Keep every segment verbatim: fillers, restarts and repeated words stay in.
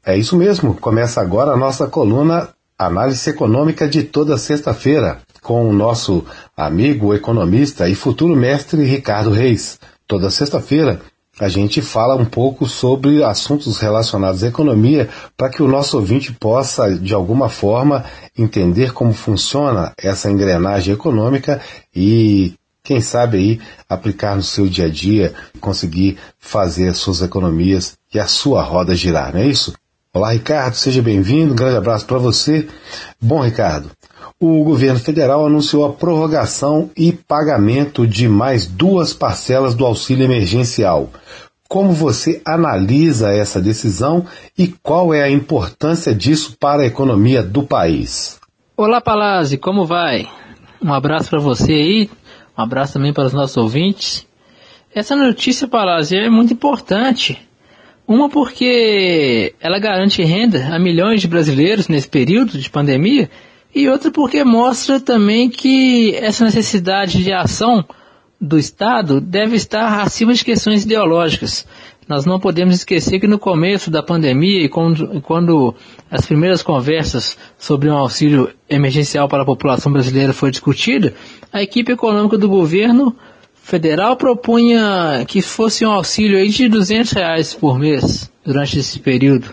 É isso mesmo, começa agora a nossa coluna Análise Econômica de toda sexta-feira, com o nosso amigo economista e futuro mestre Ricardo Reis. Toda sexta-feira a gente fala um pouco sobre assuntos relacionados à economia para que o nosso ouvinte possa, de alguma forma, entender como funciona essa engrenagem econômica e, quem sabe, aí, aplicar no seu dia a dia, conseguir fazer as suas economias e a sua roda girar, não é isso? Olá, Ricardo, seja bem-vindo, um grande abraço para você. Bom, Ricardo, o governo federal anunciou a prorrogação e pagamento de mais duas parcelas do auxílio emergencial. Como você analisa essa decisão e qual é a importância disso para a economia do país? Olá, Palazzi, como vai? Um abraço para você aí, um abraço também para os nossos ouvintes. Essa notícia, Palazzi, é muito importante. Uma porque ela garante renda a milhões de brasileiros nesse período de pandemia, e outra porque mostra também que essa necessidade de ação do Estado deve estar acima de questões ideológicas. Nós não podemos esquecer que no começo da pandemia e quando, quando as primeiras conversas sobre um auxílio emergencial para a população brasileira foi discutida, a equipe econômica do governo federal propunha que fosse um auxílio aí de duzentos reais por mês durante esse período.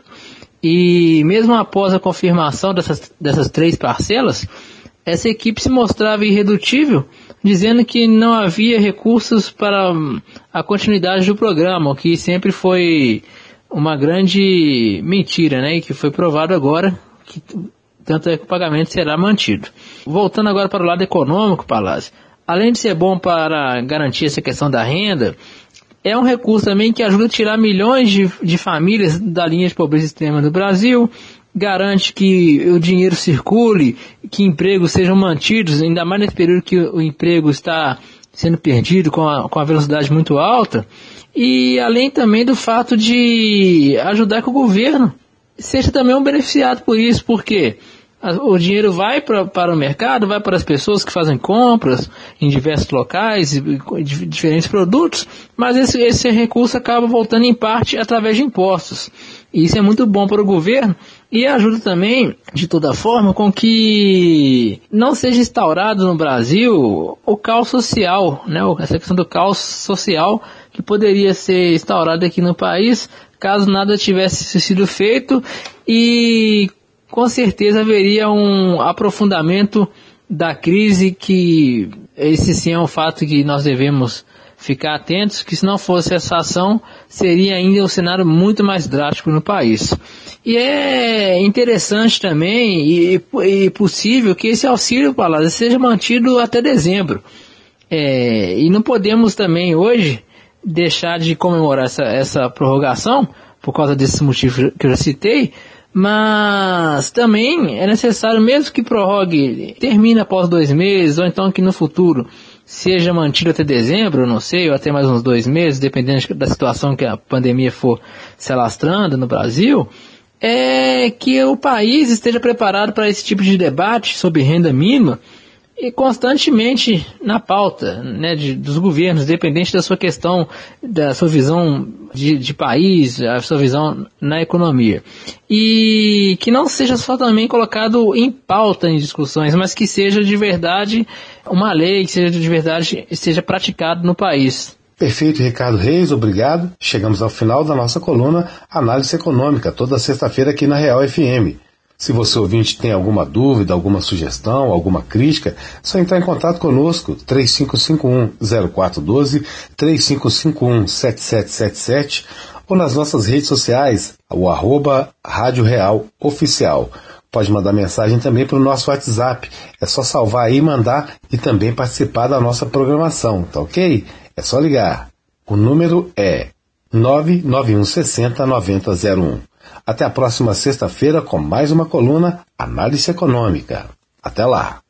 E mesmo após a confirmação dessas, dessas três parcelas, essa equipe se mostrava irredutível, dizendo que não havia recursos para a continuidade do programa, o que sempre foi uma grande mentira, né? E que foi provado agora que tanto é que o pagamento será mantido. Voltando agora para o lado econômico, Palazzi, além de ser bom para garantir essa questão da renda, é um recurso também que ajuda a tirar milhões de, de famílias da linha de pobreza extrema no Brasil, garante que o dinheiro circule, que empregos sejam mantidos, ainda mais nesse período que o emprego está sendo perdido com a, com a velocidade muito alta, e além também do fato de ajudar que o governo seja também um beneficiado por isso, porque o dinheiro vai pra, para o mercado, vai para as pessoas que fazem compras em diversos locais, de diferentes produtos, mas esse, esse recurso acaba voltando em parte através de impostos. E isso é muito bom para o governo e ajuda também, de toda forma, com que não seja instaurado no Brasil o caos social, né? Essa questão do caos social que poderia ser instaurado aqui no país caso nada tivesse sido feito, e com certeza haveria um aprofundamento da crise, que esse sim é um fato que nós devemos ficar atentos, que se não fosse essa ação, seria ainda um cenário muito mais drástico no país. E é interessante também e, e possível que esse auxílio, Palazzi, seja mantido até dezembro. É, e não podemos também hoje deixar de comemorar essa, essa prorrogação, por causa desses motivos que eu já citei, mas também é necessário, mesmo que prorrogue, termine após dois meses, ou então que no futuro seja mantido até dezembro, não sei, ou até mais uns dois meses, dependendo da situação que a pandemia for se alastrando no Brasil, é que o país esteja preparado para esse tipo de debate sobre renda mínima e constantemente na pauta, né, de, dos governos, independente da sua questão, da sua visão de, de país, a sua visão na economia. E que não seja só também colocado em pauta em discussões, mas que seja de verdade uma lei, que seja de verdade, seja praticado no país. Perfeito, Ricardo Reis, obrigado. Chegamos ao final da nossa coluna Análise Econômica, toda sexta-feira aqui na Real F M. Se você ouvinte tem alguma dúvida, alguma sugestão, alguma crítica, é só entrar em contato conosco, três cinco cinco um, zero quatro um dois, três cinco cinco um, sete sete sete sete, ou nas nossas redes sociais, o arroba Rádio Real Oficial. Pode mandar mensagem também para o nosso WhatsApp, é só salvar aí e mandar, e também participar da nossa programação, tá ok? É só ligar. O número é nove nove um seis zero nove zero zero um. Até a próxima sexta-feira com mais uma coluna Análise Econômica. Até lá!